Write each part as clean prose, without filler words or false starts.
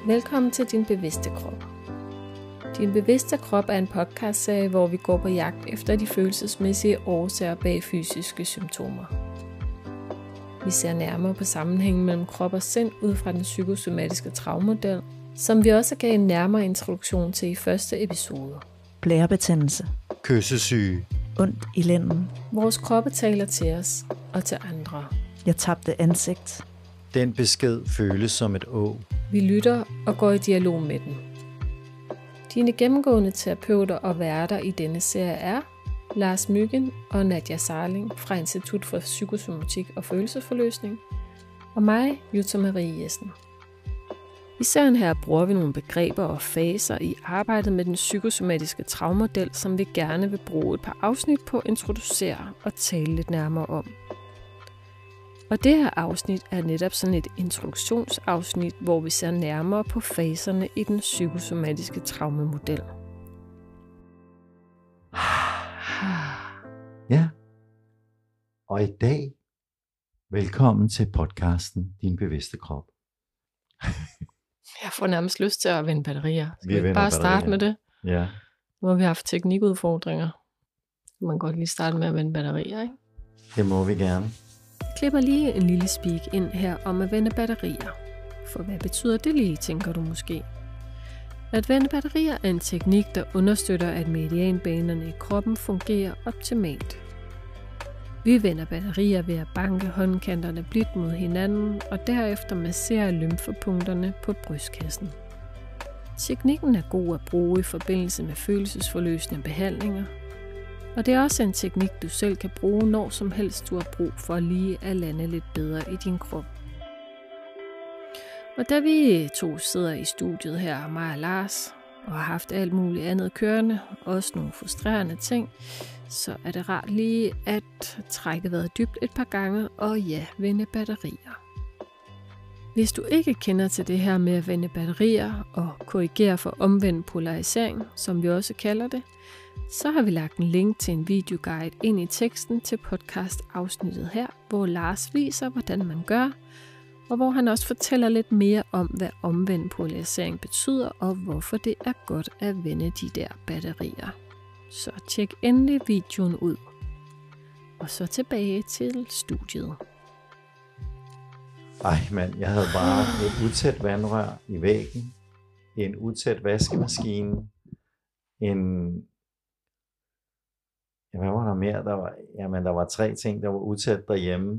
Velkommen til Din Bevidste Krop. Din Bevidste Krop er en podcastserie, hvor vi går på jagt efter de følelsesmæssige årsager bag fysiske symptomer. Vi ser nærmere på sammenhængen mellem krop og sind ud fra den psykosomatiske traumemodel, som vi også gav en nærmere introduktion til i første episode. Blærebetændelse. Kyssesyge. Ondt i lænden. Vores kroppe taler til os og til andre. Jeg tabte ansigt. Den besked føles som et å. Vi lytter og går i dialog med den. Dine gennemgående terapeuter og værter i denne serie er Lars Myggen og Nadia Sarling fra Institut for Psykosomatik og Følelsesforløsning, og mig, Jutta Marie Jessen. I serien her bruger vi nogle begreber og faser i arbejdet med den psykosomatiske traumemodel, som vi gerne vil bruge et par afsnit på at introducere og tale lidt nærmere om. Og det her afsnit er netop sådan et introduktionsafsnit, hvor vi ser nærmere på faserne i den psykosomatiske traumemodel. Ja, og i dag, velkommen til podcasten Din Bevidste Krop. Jeg får nærmest lyst til at vende batterier. Skal vi bare starte med det? Ja. Nu har vi haft teknikudfordringer. Man kan godt lige starte med at vende batterier, ikke? Det må vi gerne. Jeg klipper lige en lille speak ind her om at vende batterier. For hvad betyder det lige, tænker du måske? At vende batterier er en teknik, der understøtter, at medianbanerne i kroppen fungerer optimalt. Vi vender batterier ved at banke håndkanterne blidt mod hinanden og derefter massere lymfepunkterne på brystkassen. Teknikken er god at bruge i forbindelse med følelsesforløsende behandlinger, og det er også en teknik, du selv kan bruge, når som helst du har brug for lige at lande lidt bedre i din krop. Og da vi to sidder i studiet her, mig og Lars, og har haft alt muligt andet kørende, også nogle frustrerende ting, så er det rart lige at trække vejret dybt et par gange og vende batterier. Hvis du ikke kender til det her med at vende batterier og korrigere for omvendt polarisering, som vi også kalder det, så har vi lagt en link til en videoguide ind i teksten til podcast-afsnittet her, hvor Lars viser, hvordan man gør, og hvor han også fortæller lidt mere om, hvad omvendt polarisering betyder, og hvorfor det er godt at vende de der batterier. Så tjek endelig videoen ud. Og så tilbage til studiet. Ej mand, jeg havde bare et utæt vandrør i væggen, en utæt vaskemaskine, hvad var der mere? Der var 3 ting, der var utæt derhjemme.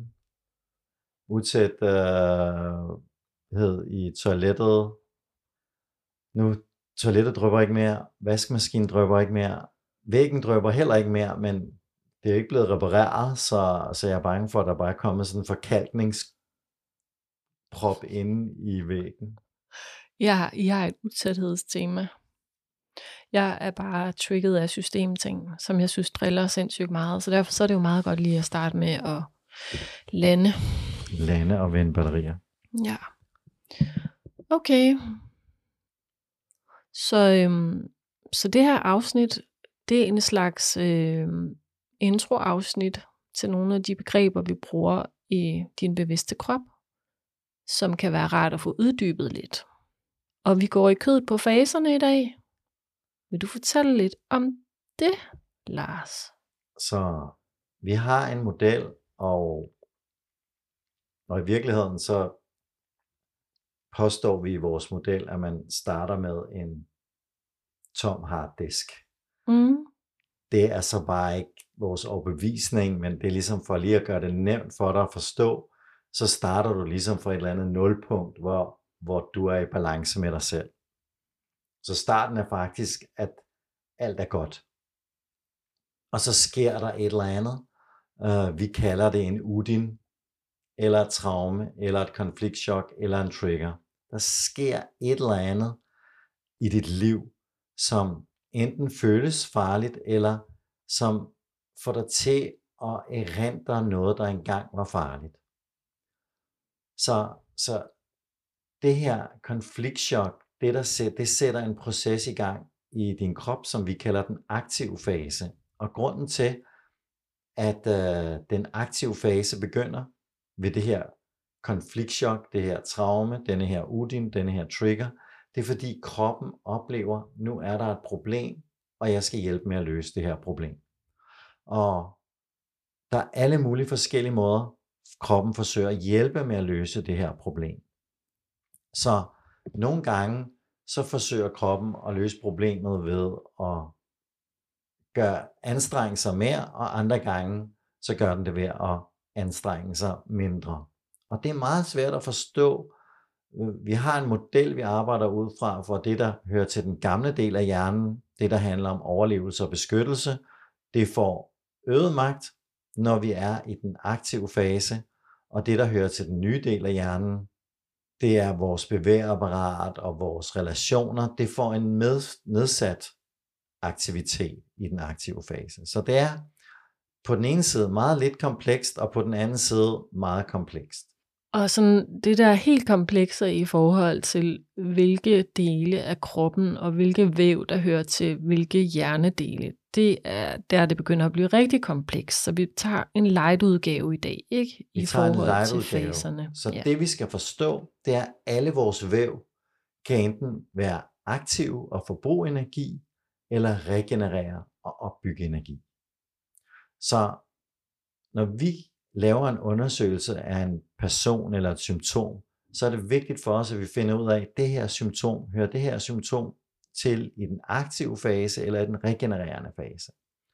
Utæthed i toilettet. Nu, toilettet drypper ikke mere, vaskemaskinen drypper ikke mere, væggen drypper heller ikke mere, men det er ikke blevet repareret, så jeg er bange for, at der bare er kommet sådan en forkalkningsprop inde i væggen. Jeg har et utæthedstema. Jeg er bare trigget af systemting, som jeg synes driller sindssygt meget, så derfor så er det jo meget godt lige at starte med at lande. Lande og vende batterier. Ja. Okay. Så det her afsnit, det er en slags introafsnit til nogle af de begreber, vi bruger i din bevidste krop, som kan være rart at få uddybet lidt. Og vi går i kødet på faserne i dag. Vil du fortælle lidt om det, Lars? Så vi har en model, og i virkeligheden så påstår vi i vores model, at man starter med en tom harddisk. Det er så bare ikke vores overbevisning, men det er ligesom for lige at gøre det nemt for dig at forstå, så starter du ligesom fra et eller andet nulpunkt, hvor du er i balance med dig selv. Så starten er faktisk, at alt er godt. Og så sker der et eller andet. Vi kalder det en udin, eller et traume, eller et konfliktchok, eller en trigger. Der sker et eller andet i dit liv, som enten føles farligt, eller som får dig til at erindre noget, der engang var farligt. Så det her konfliktchok, det sætter en proces i gang i din krop, som vi kalder den aktive fase. Og grunden til, at den aktive fase begynder ved det her konfliktchok, det her traume, denne her udin, denne her trigger, Det er fordi kroppen oplever, nu er der et problem, og jeg skal hjælpe med at løse det her problem. Og der er alle mulige forskellige måder, kroppen forsøger at hjælpe med at løse det her problem. Så nogle gange, så forsøger kroppen at løse problemet ved at anstrenge sig mere, og andre gange, så gør den det ved at anstrenge sig mindre. Og det er meget svært at forstå. Vi har en model, vi arbejder ud fra, for det, der hører til den gamle del af hjernen, det, der handler om overlevelse og beskyttelse, det får øget magt, når vi er i den aktive fase, og det, der hører til den nye del af hjernen, det er vores bevægeapparat og vores relationer, det får en nedsat aktivitet i den aktive fase. Så det er på den ene side meget lidt komplekst, og på den anden side meget komplekst. Og sådan det der er helt komplekse i forhold til, hvilke dele af kroppen og hvilke væv, der hører til hvilke hjernedele, det er der, det begynder at blive rigtig komplekst. Så vi tager en light udgave i dag, ikke? I forhold til faserne. Så det vi skal forstå, det er, at alle vores væv kan enten være aktiv og forbruge energi, eller regenerere og opbygge energi. Så når vi laver en undersøgelse af en person eller et symptom, så er det vigtigt for os, at vi finder ud af, at det her symptom, hører det her symptom til i den aktive fase eller i den regenererende fase.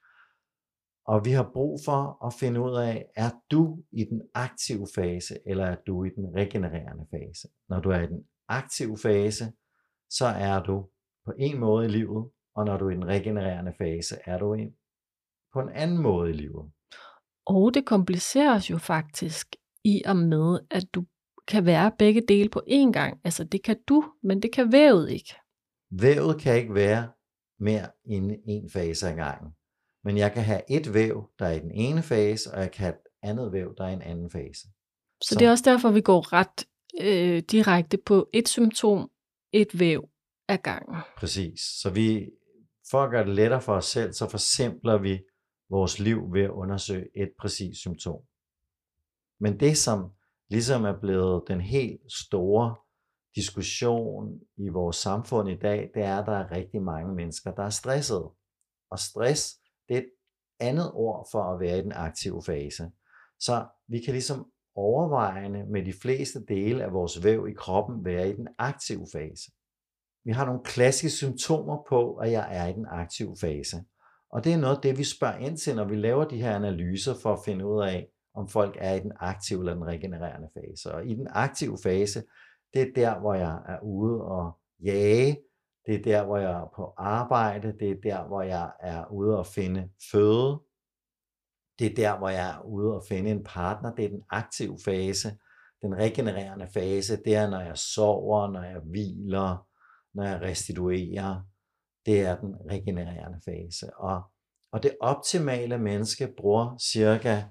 Og vi har brug for at finde ud af, er du i den aktive fase, eller er du i den regenererende fase? Når du er i den aktive fase, så er du på en måde i livet, og når du er i den regenererende fase, er du på en anden måde i livet. Og det kompliceres jo faktisk i og med, at du kan være begge dele på én gang. Altså det kan du, men det kan vævet ikke. Vævet kan ikke være mere end en fase ad gangen. Men jeg kan have et væv, der er i den ene fase, og jeg kan have et andet væv, der er i en anden fase. Så det er også derfor, vi går ret direkte på et symptom, et væv ad gangen. Præcis. Så for at gøre det lettere for os selv, så forsimpler vi vores liv ved at undersøge et præcist symptom. Men det, som ligesom er blevet den helt store diskussion i vores samfund i dag, det er, at der er rigtig mange mennesker, der er stressede. Og stress, det er et andet ord for at være i den aktive fase. Så vi kan ligesom overvejende med de fleste dele af vores væv i kroppen være i den aktive fase. Vi har nogle klassiske symptomer på, at jeg er i den aktive fase. Og det er noget af det, vi spørger ind til, når vi laver de her analyser for at finde ud af, om folk er i den aktive eller den regenererende fase. Og i den aktive fase, det er der, hvor jeg er ude og jage. Det er der, hvor jeg er på arbejde. Det er der, hvor jeg er ude og finde føde. Det er der, hvor jeg er ude og finde en partner. Det er den aktive fase. Den regenererende fase, det er, når jeg sover, når jeg hviler, når jeg restituerer. Det er den regenererende fase. Og det optimale menneske bruger cirka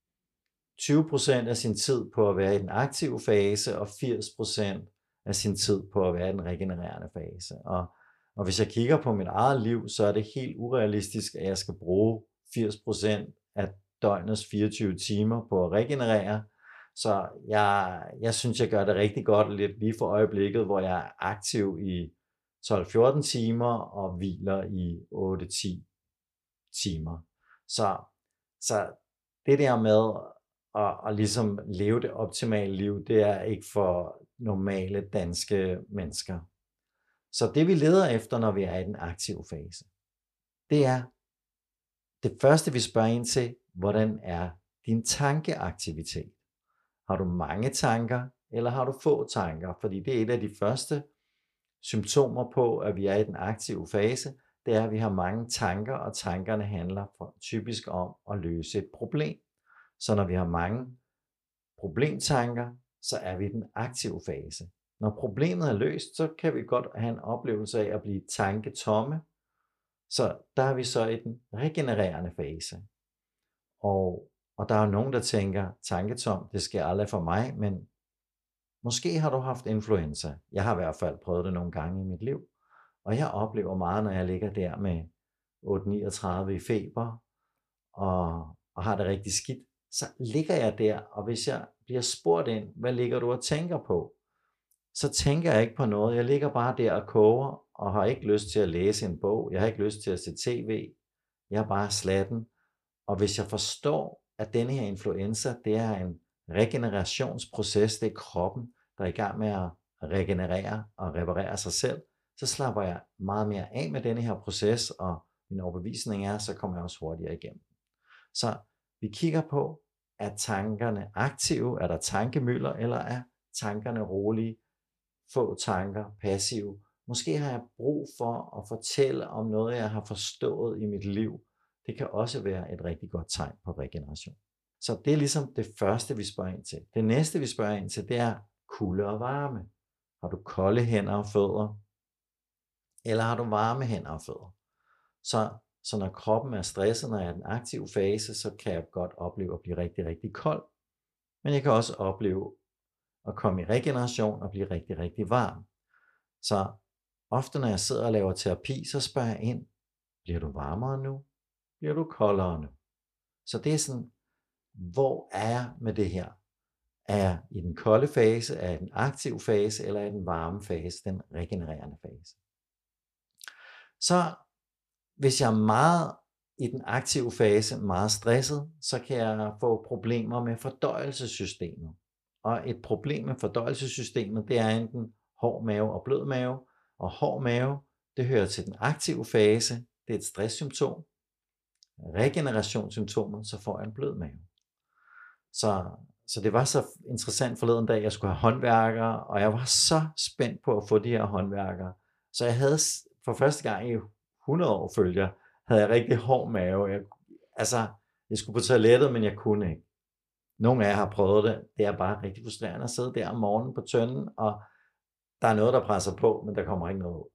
20% af sin tid på at være i den aktive fase, og 80% af sin tid på at være i den regenererende fase. Og hvis jeg kigger på mit eget liv, så er det helt urealistisk, at jeg skal bruge 80% af døgnets 24 timer på at regenerere. Så jeg synes, jeg gør det rigtig godt lidt lige for øjeblikket, hvor jeg er aktiv i 12-14 timer og hviler i 8-10 timer. Så det der med at ligesom leve det optimale liv, det er ikke for normale danske mennesker. Så det vi leder efter, når vi er i den aktive fase, det er det første, vi spørger ind til, hvordan er din tankeaktivitet? Har du mange tanker, eller har du få tanker? Fordi det er et af de første symptomer på, at vi er i den aktive fase, det er, at vi har mange tanker, og tankerne handler typisk om at løse et problem. Så når vi har mange problemtanker, så er vi i den aktive fase. Når problemet er løst, så kan vi godt have en oplevelse af at blive tanketomme. Så der er vi så i den regenererende fase. Og der er nogen, der tænker, tanketom, det sker aldrig for mig, men måske har du haft influenza. Jeg har i hvert fald prøvet det nogle gange i mit liv. Og jeg oplever meget, når jeg ligger der med 8-39 i feber, og har det rigtig skidt, så ligger jeg der, og hvis jeg bliver spurgt ind, hvad ligger du og tænker på, så tænker jeg ikke på noget. Jeg ligger bare der og koger, og har ikke lyst til at læse en bog. Jeg har ikke lyst til at se tv. Jeg er bare slatten. Og hvis jeg forstår, at denne her influenza, det er en regenerationsproces, det er kroppen, der er i gang med at regenerere og reparere sig selv, så slapper jeg meget mere af med denne her proces, og min overbevisning er, så kommer jeg også hurtigere igennem. Så vi kigger på, er tankerne aktive, er der tankemøller, eller er tankerne rolige, få tanker, passive. Måske har jeg brug for at fortælle om noget, jeg har forstået i mit liv. Det kan også være et rigtig godt tegn på regeneration. Så det er ligesom det første, vi spørger ind til. Det næste, vi spørger ind til, det er kulde og varme. Har du kolde hænder og fødder? Eller har du varme hænder og fødder? Så når kroppen er stresset, når jeg er i den aktive fase, så kan jeg godt opleve at blive rigtig, rigtig kold. Men jeg kan også opleve at komme i regeneration og blive rigtig, rigtig varm. Så ofte når jeg sidder og laver terapi, så spørger jeg ind, bliver du varmere nu? Bliver du koldere nu? Så det er sådan, hvor er jeg med det her? Er jeg i den kolde fase, er jeg i den aktive fase, eller er jeg i den varme fase, den regenererende fase? Så hvis jeg er meget i den aktive fase, meget stresset, så kan jeg få problemer med fordøjelsessystemet. Og et problem med fordøjelsessystemet, det er enten hård mave og blød mave. Og hård mave, det hører til den aktive fase, det er et stresssymptom. Regenerationssymptomet, så får jeg en blød mave. Så det var så interessant forleden dag, jeg skulle have håndværkere, og jeg var så spændt på at få de her håndværkere. Så jeg havde for første gang i 100 år følger, havde jeg rigtig hård mave. Jeg skulle på toilettet, men jeg kunne ikke. Nogle af jer har prøvet det. Det er bare rigtig frustrerende at sidde der om morgenen på tønden, og der er noget, der presser på, men der kommer ikke noget ud.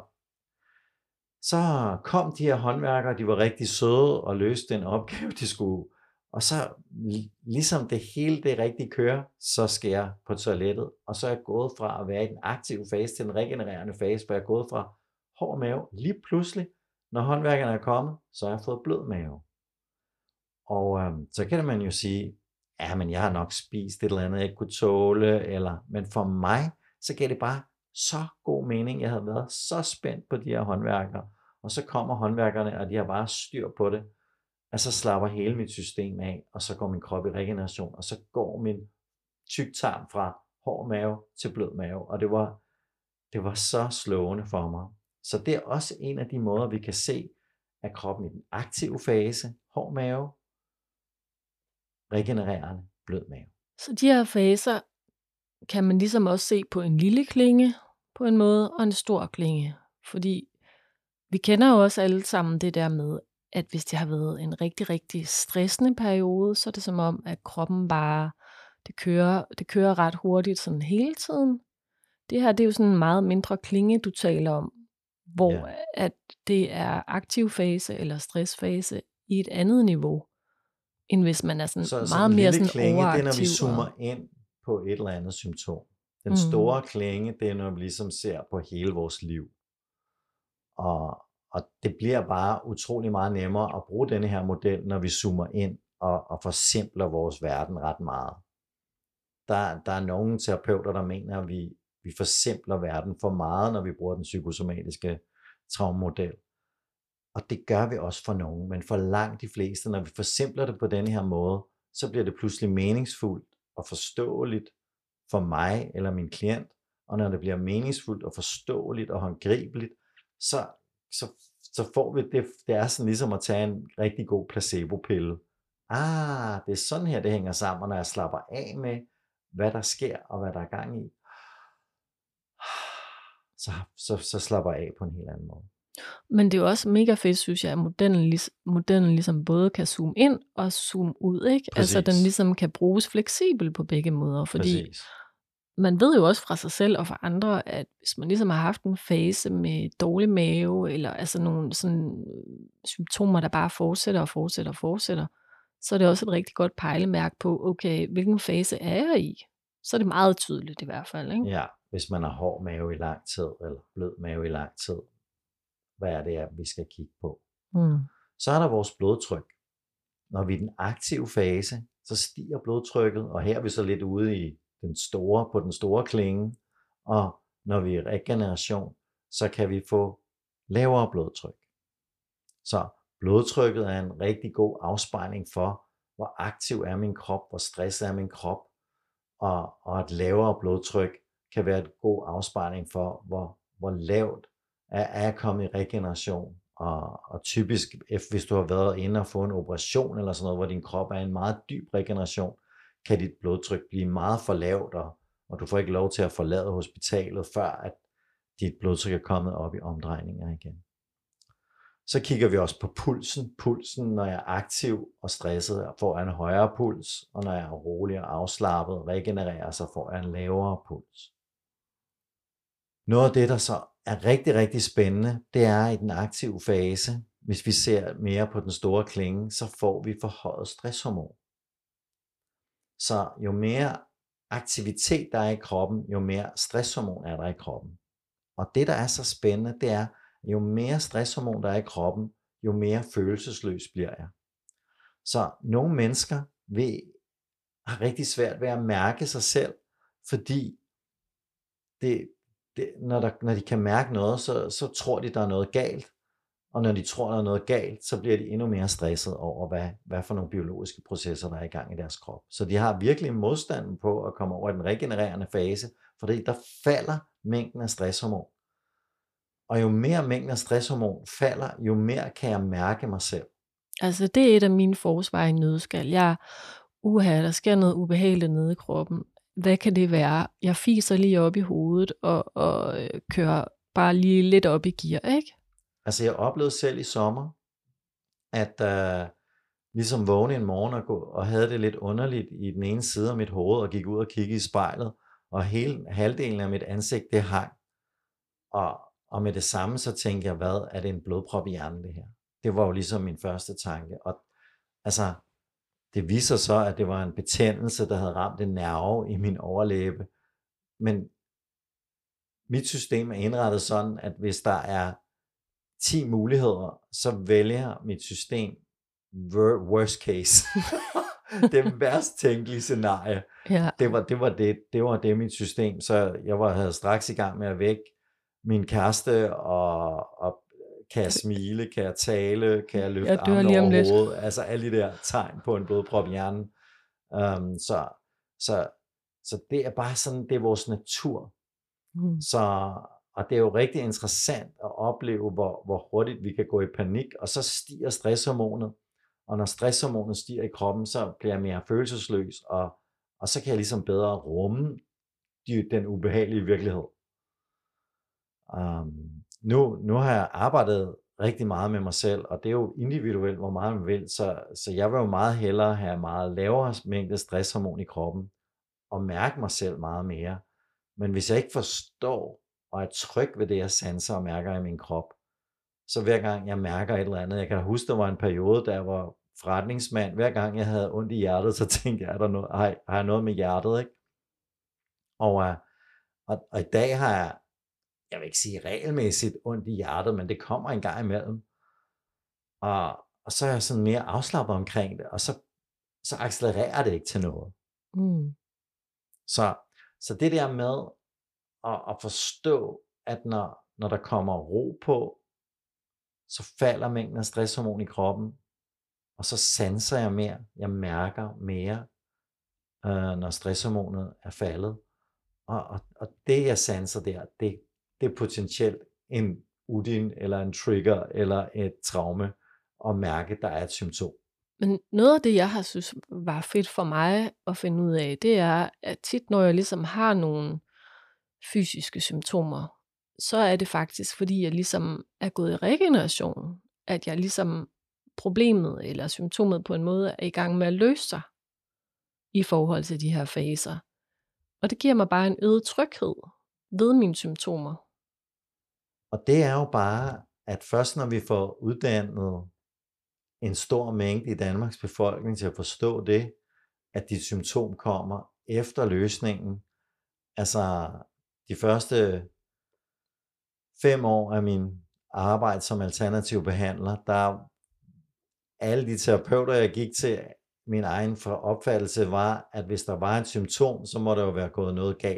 Så kom de her håndværkere, de var rigtig søde og løste den opgave, de skulle. Og så ligesom det hele det rigtige kører, så skal jeg på toilettet. Og så er jeg gået fra at være i den aktive fase til den regenererende fase, hvor jeg er gået fra hård mave. Lige pludselig, når håndværkerne er kommet, så har jeg fået blød mave. Og så kan man jo sige, ja, men jeg har nok spist et eller andet, jeg ikke kunne tåle. Men for mig, så gav det bare så god mening. Jeg havde været så spændt på de her håndværkere. Og så kommer håndværkerne, og de har bare styr på det. Og så slapper hele mit system af, og så går min krop i regeneration, og så går min tyktarm fra hård mave til blød mave. Og det var så slående for mig. Så det er også en af de måder, vi kan se, at kroppen i den aktive fase, hård mave, regenererende, blød mave. Så de her faser kan man ligesom også se på en lille klinge på en måde, og en stor klinge. Fordi vi kender jo også alle sammen det der med, at hvis det har været en rigtig, rigtig stressende periode, så er det som om, at kroppen bare, det kører ret hurtigt sådan hele tiden. Det her, det er jo sådan en meget mindre klinge, du taler om, hvor at det er aktiv fase eller stressfase i et andet niveau, end hvis man er sådan så meget mere sådan klinge, overaktiv. det er, når vi zoomer ind på et eller andet symptom. Den store klinge, det er, når vi ligesom ser på hele vores liv. Og det bliver bare utrolig meget nemmere at bruge denne her model, når vi zoomer ind og forsimpler vores verden ret meget. Der er nogle terapeuter, der mener, at vi forsimpler verden for meget, når vi bruger den psykosomatiske traumemodel. Og det gør vi også for nogen, men for langt de fleste, når vi forsimpler det på denne her måde, så bliver det pludselig meningsfuldt og forståeligt for mig eller min klient. Og når det bliver meningsfuldt og forståeligt og håndgribeligt, så får vi det. Det er sådan ligesom at tage en rigtig god placebo-pille. Det er sådan her, det hænger sammen, når jeg slapper af med, hvad der sker og hvad der er gang i. Så slapper jeg af på en helt anden måde. Men det er jo også mega fedt, synes jeg, at modellen ligesom både kan zoome ind og zoome ud, ikke? Præcis. Altså den ligesom kan bruges fleksibelt på begge måder, fordi Præcis. man ved jo også fra sig selv og fra andre, at hvis man ligesom har haft en fase med dårlig mave, eller altså nogle sådan symptomer, der bare fortsætter, så er det også et rigtig godt pejlemærke på, okay, hvilken fase er jeg i? Så er det meget tydeligt i hvert fald, ikke? Ja, hvis man har hård mave i lang tid, eller blød mave i lang tid, hvad er det, vi skal kigge på? Så er der vores blodtryk. Når vi er i den aktive fase, så stiger blodtrykket, og her er vi så lidt ude i på den store klinge, og når vi er i regeneration, så kan vi få lavere blodtryk. Så blodtrykket er en rigtig god afspejling for, hvor aktiv er min krop, hvor stresset er min krop, og et lavere blodtryk kan være en god afspejling for, hvor lavt er jeg kommet i regeneration. Og typisk, hvis du har været inde og få en operation eller sådan noget, hvor din krop er i en meget dyb regeneration, kan dit blodtryk blive meget for lavt, og du får ikke lov til at forlade hospitalet, før at dit blodtryk er kommet op i omdrejninger igen. Så kigger vi også på pulsen. Pulsen, når jeg er aktiv og stresset, får jeg en højere puls, og når jeg er rolig og afslappet, regenererer, så får jeg en lavere puls. Noget af det, der så er rigtig, rigtig spændende, det er i den aktive fase, hvis vi ser mere på den store klinge, så får vi forhøjet stresshormon. Så jo mere aktivitet der er i kroppen, jo mere stresshormon er der i kroppen. Og det, der er så spændende, det er, jo mere stresshormon der er i kroppen, jo mere følelsesløs bliver jeg. Så nogle mennesker har rigtig svært ved at mærke sig selv, fordi når de kan mærke noget, så tror de, der er noget galt. Og når de tror, der er noget galt, så bliver de endnu mere stresset over, hvad for nogle biologiske processer, der er i gang i deres krop. Så de har virkelig modstanden på at komme over i den regenererende fase, fordi der falder mængden af stresshormon. Og jo mere mængden af stresshormon falder, jo mere kan jeg mærke mig selv. Altså det er et af mine forsvar i nødskal. Der sker noget ubehageligt nede i kroppen. Hvad kan det være? Jeg fiser lige op i hovedet og kører bare lige lidt op i gear, ikke? Altså jeg oplevede selv i sommer, at ligesom vågne en morgen og havde det lidt underligt i den ene side af mit hoved, og gik ud og kiggede i spejlet, og halvdelen af mit ansigt, det hang. Og med det samme, så tænkte jeg, hvad er det en blodprop i hjernen det her? Det var jo ligesom min første tanke. Og altså, det viser så, at det var en betændelse, der havde ramt en nerve i min overlæbe. Men mit system er indrettet sådan, at hvis der er 10 muligheder, så vælger mit system worst case. Det værst tænkelige scenarie. Ja. Det var det mit system. Så jeg havde straks i gang med at vække min kæreste, og kan jeg smile, kan jeg tale, kan jeg løfte armen over hovedet, altså alle de der tegn på en blodprop i hjernen. Så det er bare sådan, det er vores natur. Og det er jo rigtig interessant at opleve, hvor hurtigt vi kan gå i panik, og så stiger stresshormonet, og når stresshormonet stiger i kroppen, så bliver jeg mere følelsesløs, og så kan jeg ligesom bedre rumme den ubehagelige virkelighed. Nu har jeg arbejdet rigtig meget med mig selv, og det er jo individuelt, hvor meget man vil, så jeg vil jo meget hellere have meget lavere mængde stresshormon i kroppen, og mærke mig selv meget mere. Men hvis jeg ikke forstår, og er tryg ved det, jeg sanser og mærker i min krop, så hver gang jeg mærker et eller andet, jeg kan huske, der var en periode, da jeg var forretningsmand, hver gang jeg havde ondt i hjertet, så tænkte jeg, har jeg noget med hjertet, ikke? Og i dag har jeg vil ikke sige regelmæssigt ondt i hjertet, men det kommer en gang imellem. Og så er jeg sådan mere afslappet omkring det, og så accelererer det ikke til noget. Så det der med at forstå, at når der kommer ro på, så falder mængden af stresshormon i kroppen, og så sanser jeg mere, jeg mærker mere, når stresshormonet er faldet. Og det jeg sanser der, det er potentielt en udin, eller en trigger, eller et traume, at mærke, der er et symptom. Men noget af det, jeg har synes var fedt for mig at finde ud af, det er, at tit når jeg ligesom har nogle fysiske symptomer, så er det faktisk, fordi jeg ligesom er gået i regeneration, at jeg ligesom problemet eller symptomet på en måde er i gang med at løse sig i forhold til de her faser. Og det giver mig bare en øget tryghed ved mine symptomer. Og det er jo bare, at først når vi får uddannet en stor mængde i Danmarks befolkning til at forstå det, at dit symptom kommer efter løsningen. Altså de første 5 år af min arbejde som alternativ behandler, der alle de terapeuter, jeg gik til, min egen opfattelse var, at hvis der var et symptom, så må der jo være gået noget galt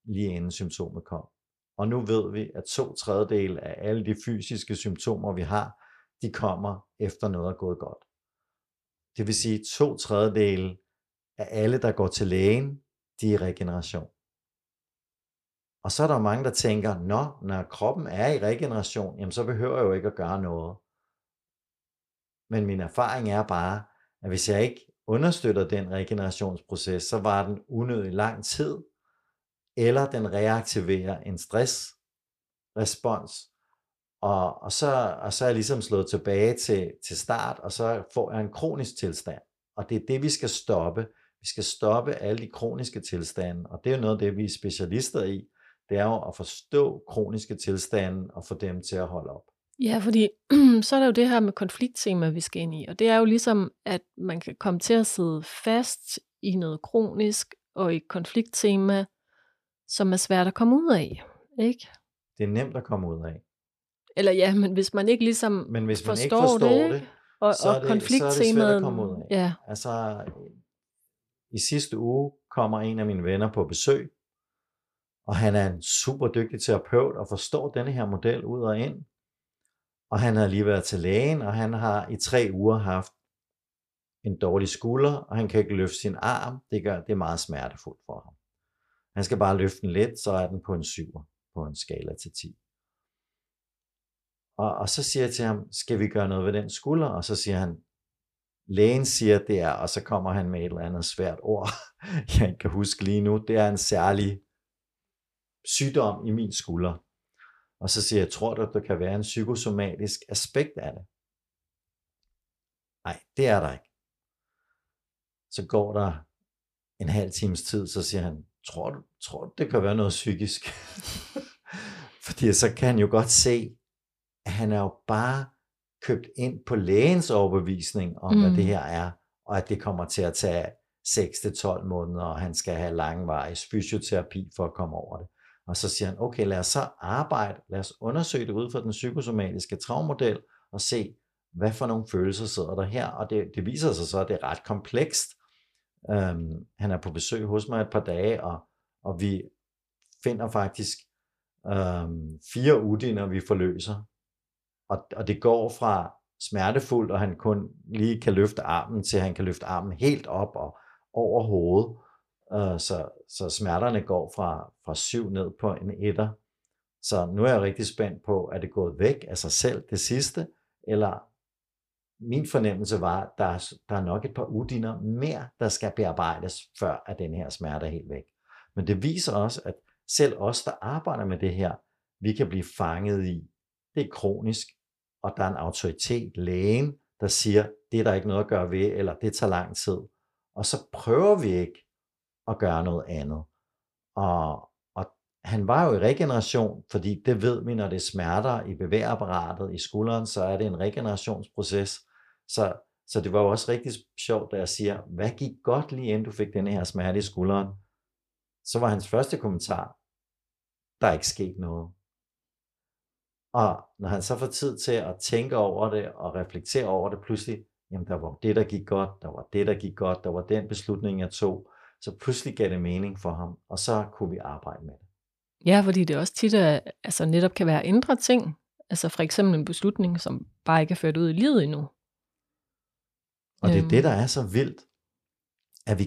lige inden symptomet kom. Og nu ved vi, at 2/3 af alle de fysiske symptomer, vi har, de kommer efter noget er gået godt. Det vil sige, 2/3 af alle, der går til lægen, de er i regeneration. Og så er der mange, der tænker, når kroppen er i regeneration, jamen så behøver jeg jo ikke at gøre noget. Men min erfaring er bare, at hvis jeg ikke understøtter den regenerationsproces, så var den unødig lang tid, eller den reaktiverer en stressrespons, og så er jeg ligesom slået tilbage til start, og så får jeg en kronisk tilstand. Og det er det, vi skal stoppe. Vi skal stoppe alle de kroniske tilstande, og det er jo noget af det, vi er specialister i. Det er jo at forstå kroniske tilstande og få dem til at holde op. Ja, fordi så er der jo det her med konflikttema, vi skal ind i, og det er jo ligesom, at man kan komme til at sidde fast i noget kronisk og i et konflikttema, som er svært at komme ud af, ikke? Det er nemt at komme ud af. Eller ja, men hvis man ikke ligesom Men hvis man ikke forstår forstår det, og så er det svært at komme ud af. Ja. Altså, i sidste uge kommer en af mine venner på besøg, og han er en super dygtig terapeut og forstår denne her model ud og ind. Og han har lige været til lægen, og han har i 3 uger haft en dårlig skulder, og han kan ikke løfte sin arm. Det er meget smertefuldt for ham. Han skal bare løfte den lidt, så er den på en 7'er på en skala til 10. Og så siger jeg til ham, skal vi gøre noget ved den skulder? Og så siger han, lægen siger det er, og så kommer han med et eller andet svært ord, jeg ikke kan huske lige nu. Det er en særlig sygdom i min skulder. Og så siger jeg, tror du, at der kan være en psykosomatisk aspekt af det? Nej, det er der ikke. Så går der en halv times tid, så siger han, tror du det kan være noget psykisk? Fordi så kan han jo godt se, at han er jo bare købt ind på lægens overbevisning om, hvad det her er, og at det kommer til at tage 6-12 måneder, og han skal have langvarig fysioterapi for at komme over det. Og så siger han, okay, lad os så arbejde, lad os undersøge det ud fra den psykosomatiske traumodel, og se, hvad for nogle følelser sidder der her, og det viser sig så, at det er ret komplekst. Han er på besøg hos mig et par dage, og vi finder faktisk 4 udiner, vi forløser. Og det går fra smertefuldt, og han kun lige kan løfte armen, til han kan løfte armen helt op og over hovedet. Så smerterne går fra 7 ned på en 1'er. Så nu er jeg rigtig spændt på, er det gået væk af sig selv det sidste, eller min fornemmelse var, at der er nok et par udiner mere, der skal bearbejdes, før at den her smerte er helt væk. Men det viser også, at selv os, der arbejder med det her, vi kan blive fanget i, det er kronisk, og der er en autoritet, lægen, der siger, det er der ikke noget at gøre ved, eller det tager lang tid. Og så prøver vi ikke at gøre noget andet. Og han var jo i regeneration, fordi det ved vi, når det smerter i bevægeapparatet i skulderen, så er det en regenerationsproces. Så det var jo også rigtig sjovt, da jeg siger, hvad gik godt lige inden du fik denne her smerte i skulderen? Så var hans første kommentar, der er ikke sket noget. Og når han så får tid til at tænke over det og reflektere over det, pludselig, jamen der var det, der gik godt, der var det, der gik godt, der var den beslutning, jeg tog. Så pludselig gav det mening for ham, og så kunne vi arbejde med det. Ja, fordi det også tit netop kan være indre ting. Altså for eksempel en beslutning, som bare ikke er ført ud i livet endnu. Og det er det, der er så vildt, at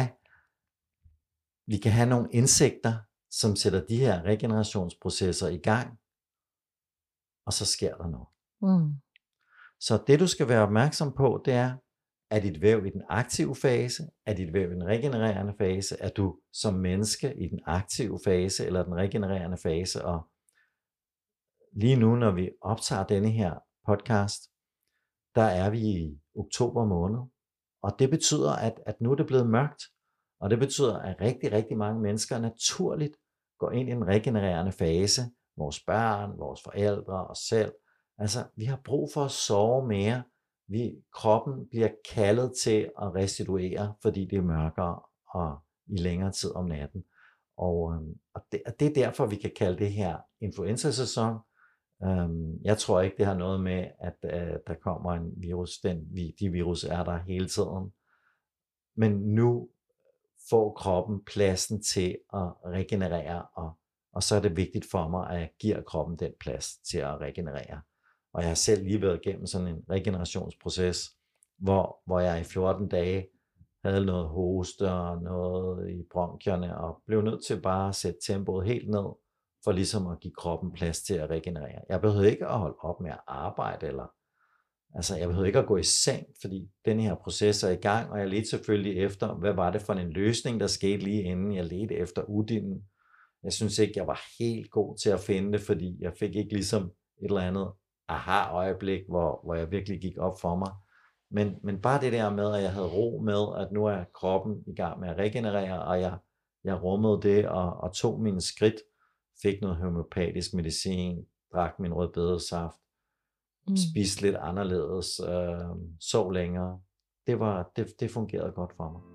vi kan have nogle indsigter, som sætter de her regenerationsprocesser i gang, og så sker der noget. Så det, du skal være opmærksom på, det er dit væv i den aktive fase, er dit væv i den regenererende fase, er du som menneske i den aktive fase, eller den regenererende fase, og lige nu, når vi optager denne her podcast, der er vi i oktober måned, og det betyder, at nu er det blevet mørkt, og det betyder, at rigtig, rigtig mange mennesker naturligt går ind i den regenererende fase, vores børn, vores forældre, os selv. Altså, vi har brug for at sove mere. Kroppen bliver kaldet til at restituere, fordi det er mørkere og i længere tid om natten. Og det er derfor, vi kan kalde det her influenza-sæson. Jeg tror ikke, det har noget med, at der kommer en virus. De virus er der hele tiden. Men nu får kroppen pladsen til at regenerere, og så er det vigtigt for mig, at jeg giver kroppen den plads til at regenerere. Og jeg har selv lige været igennem sådan en regenerationsproces, hvor jeg i 14 dage havde noget hoste og noget i bronkierne, og blev nødt til bare at sætte tempoet helt ned, for ligesom at give kroppen plads til at regenerere. Jeg behøvede ikke at holde op med at arbejde, jeg behøvede ikke at gå i seng, fordi den her proces er i gang, og jeg ledte selvfølgelig efter, hvad var det for en løsning, der skete lige inden jeg ledte efter Udinen. Jeg synes ikke, jeg var helt god til at finde det, fordi jeg fik ikke ligesom et eller andet aha-øjeblik, hvor jeg virkelig gik op for mig. Men bare det der med, at jeg havde ro med, at nu er kroppen i gang med at regenerere, og jeg rummede det og tog mine skridt, fik noget homøopatisk medicin, drak min rødbedesaft, spiste lidt anderledes, sov længere. Det fungerede godt for mig.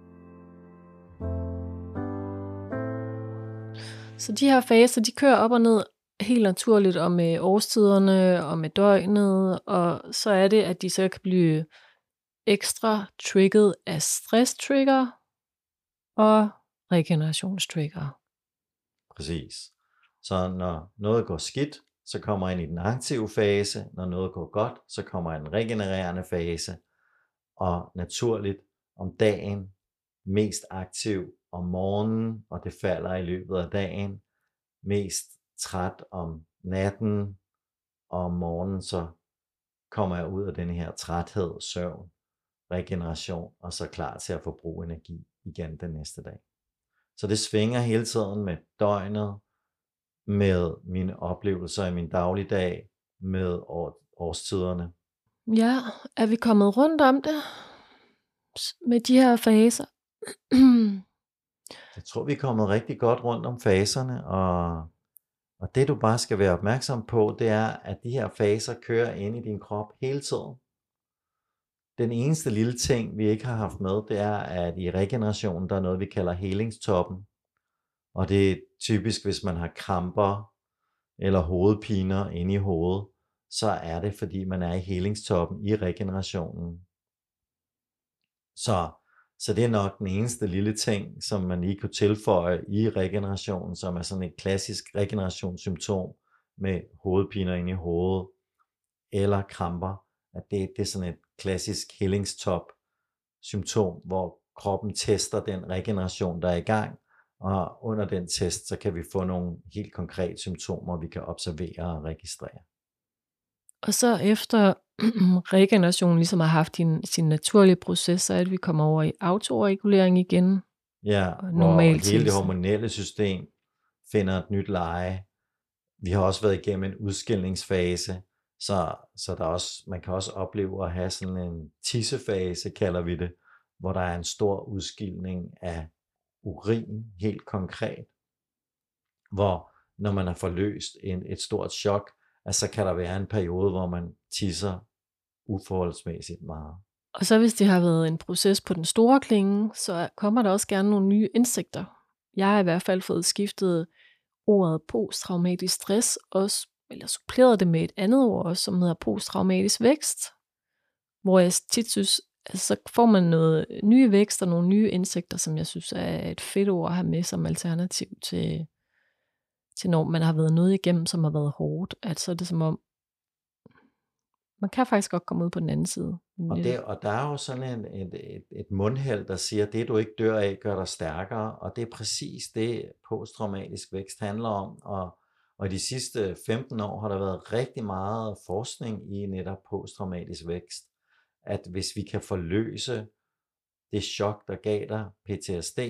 Så de her faser, de kører op og ned helt naturligt, og med årstiderne, og med døgnet, og så er det, at de så kan blive ekstra trigget af stress-trigger og regenerationstrigger. Præcis. Så når noget går skidt, så kommer jeg ind i den aktive fase. Når noget går godt, så kommer jeg i den regenererende fase. Og naturligt om dagen, mest aktiv om morgenen, og det falder i løbet af dagen. Mest træt om natten, og om morgenen så kommer jeg ud af den her træthed, søvn, regeneration, og så klar til at forbruge energi igen den næste dag. Så det svinger hele tiden med døgnet, med mine oplevelser i min dagligdag, med årstiderne. Ja, er vi kommet rundt om det med de her faser? Jeg tror, vi er kommet rigtig godt rundt om faserne, og det du bare skal være opmærksom på, det er, at de her faser kører ind i din krop hele tiden. Den eneste lille ting, vi ikke har haft med, det er, at i regenerationen, der er noget, vi kalder helingstoppen. Og det er typisk, hvis man har kramper eller hovedpiner inde i hovedet, så er det, fordi man er i helingstoppen i regenerationen. Så det er nok den eneste lille ting, som man lige kunne tilføje i regenerationen, som er sådan et klassisk regenerationssymptom med hovedpiner inde i hovedet eller kramper. At det er sådan et klassisk helingstop symptom, hvor kroppen tester den regeneration, der er i gang, og under den test, så kan vi få nogle helt konkrete symptomer, vi kan observere og registrere. Og så efter regenerationen ligesom har haft sin naturlige proces, så er det, vi kommer over i autoregulering igen. Ja, hvor hele det hormonelle system finder et nyt leje. Vi har også været igennem en udskilningsfase, så der også, man kan også opleve at have sådan en tissefase, kalder vi det, hvor der er en stor udskilning af urin, helt konkret. Hvor når man har forløst et stort chok, så kan der være en periode, hvor man tisser uforholdsmæssigt meget. Og så hvis det har været en proces på den store klinge, så kommer der også gerne nogle nye indsigter. Jeg har i hvert fald fået skiftet ordet posttraumatisk stress, også, eller suppleret det med et andet ord også, som hedder posttraumatisk vækst, hvor jeg tit synes, altså, så får man noget nye vækst og nogle nye indsigter, som jeg synes er et fedt ord at have med som alternativ til når man har været noget igennem, som har været hårdt, at så er det som om, man kan faktisk godt komme ud på den anden side. Og der er jo sådan et mundheld, der siger, at det du ikke dør af, gør dig stærkere, og det er præcis det, posttraumatisk vækst handler om, og i de sidste 15 år har der været rigtig meget forskning i netop posttraumatisk vækst, at hvis vi kan forløse det chok, der gav dig PTSD,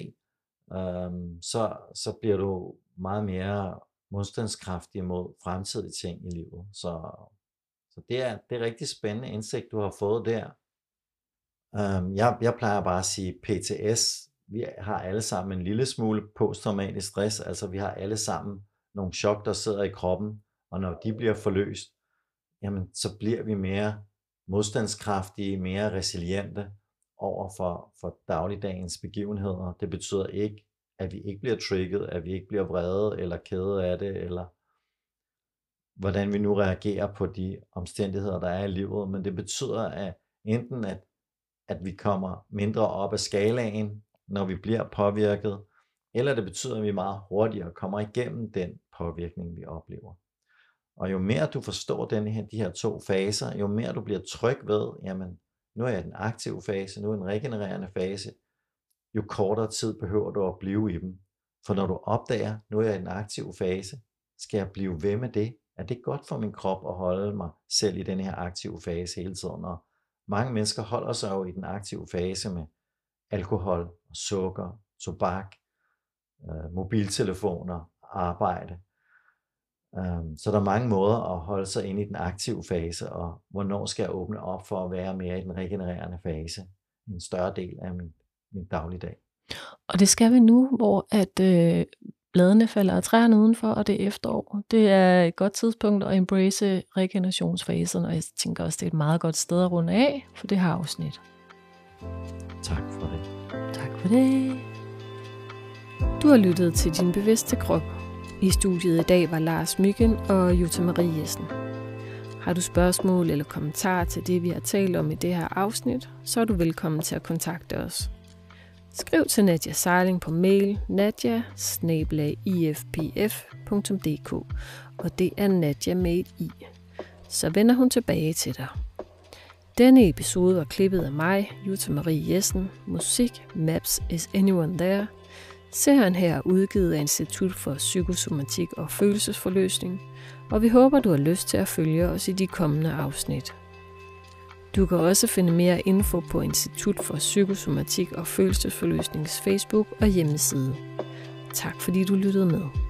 så bliver du meget mere modstandskraftig mod fremtidige ting i livet. Så det er rigtig spændende indsigt, du har fået der. Jeg plejer bare at sige PTS. Vi har alle sammen en lille smule posttraumatisk stress, altså vi har alle sammen nogle chok, der sidder i kroppen, og når de bliver forløst, jamen så bliver vi mere modstandskraftige, mere resiliente over for dagligdagens begivenheder. Det betyder ikke, at vi ikke bliver trigget, at vi ikke bliver vrede eller kede af det, eller hvordan vi nu reagerer på de omstændigheder, der er i livet, men det betyder, at enten at vi kommer mindre op ad skalaen, når vi bliver påvirket, eller det betyder, at vi meget hurtigere kommer igennem den påvirkning, vi oplever. Og jo mere du forstår de her 2 faser, jo mere du bliver tryg ved, jamen nu er jeg i den aktive fase, nu er den regenererende fase, jo kortere tid behøver du at blive i dem. For når du opdager, nu er jeg i den aktive fase, skal jeg blive ved med det? Er det godt for min krop at holde mig selv i den her aktive fase hele tiden? Og mange mennesker holder sig jo i den aktive fase med alkohol, sukker, tobak, mobiltelefoner, arbejde. Så der er mange måder at holde sig inde i den aktive fase, og hvornår skal jeg åbne op for at være mere i den regenererende fase, en større del af min dagligdag. Og det skal vi nu, hvor at bladene falder af træerne udenfor, og det er efterår. Det er et godt tidspunkt at embrace regenerationsfasen, og jeg tænker også, det er et meget godt sted at runde af for det her afsnit. Tak for det. Tak for det. Du har lyttet til Din Bevidste Krop. I studiet i dag var Lars Myggen og Jutta Marie Jessen. Har du spørgsmål eller kommentarer til det, vi har talt om i det her afsnit, så er du velkommen til at kontakte os. Skriv til Nadja Seiling på mail nadja@ifpf.dk, og det er Nadja med et i. Så vender hun tilbage til dig. Denne episode var klippet af mig, Jutta Marie Jessen. Musik, Maps, Is Anyone There? Serien her er udgivet af Institut for Psykosomatik og Følelsesforløsning, og vi håber, du har lyst til at følge os i de kommende afsnit. Du kan også finde mere info på Institut for Psykosomatik og Følelsesforløsnings Facebook og hjemmeside. Tak fordi du lyttede med.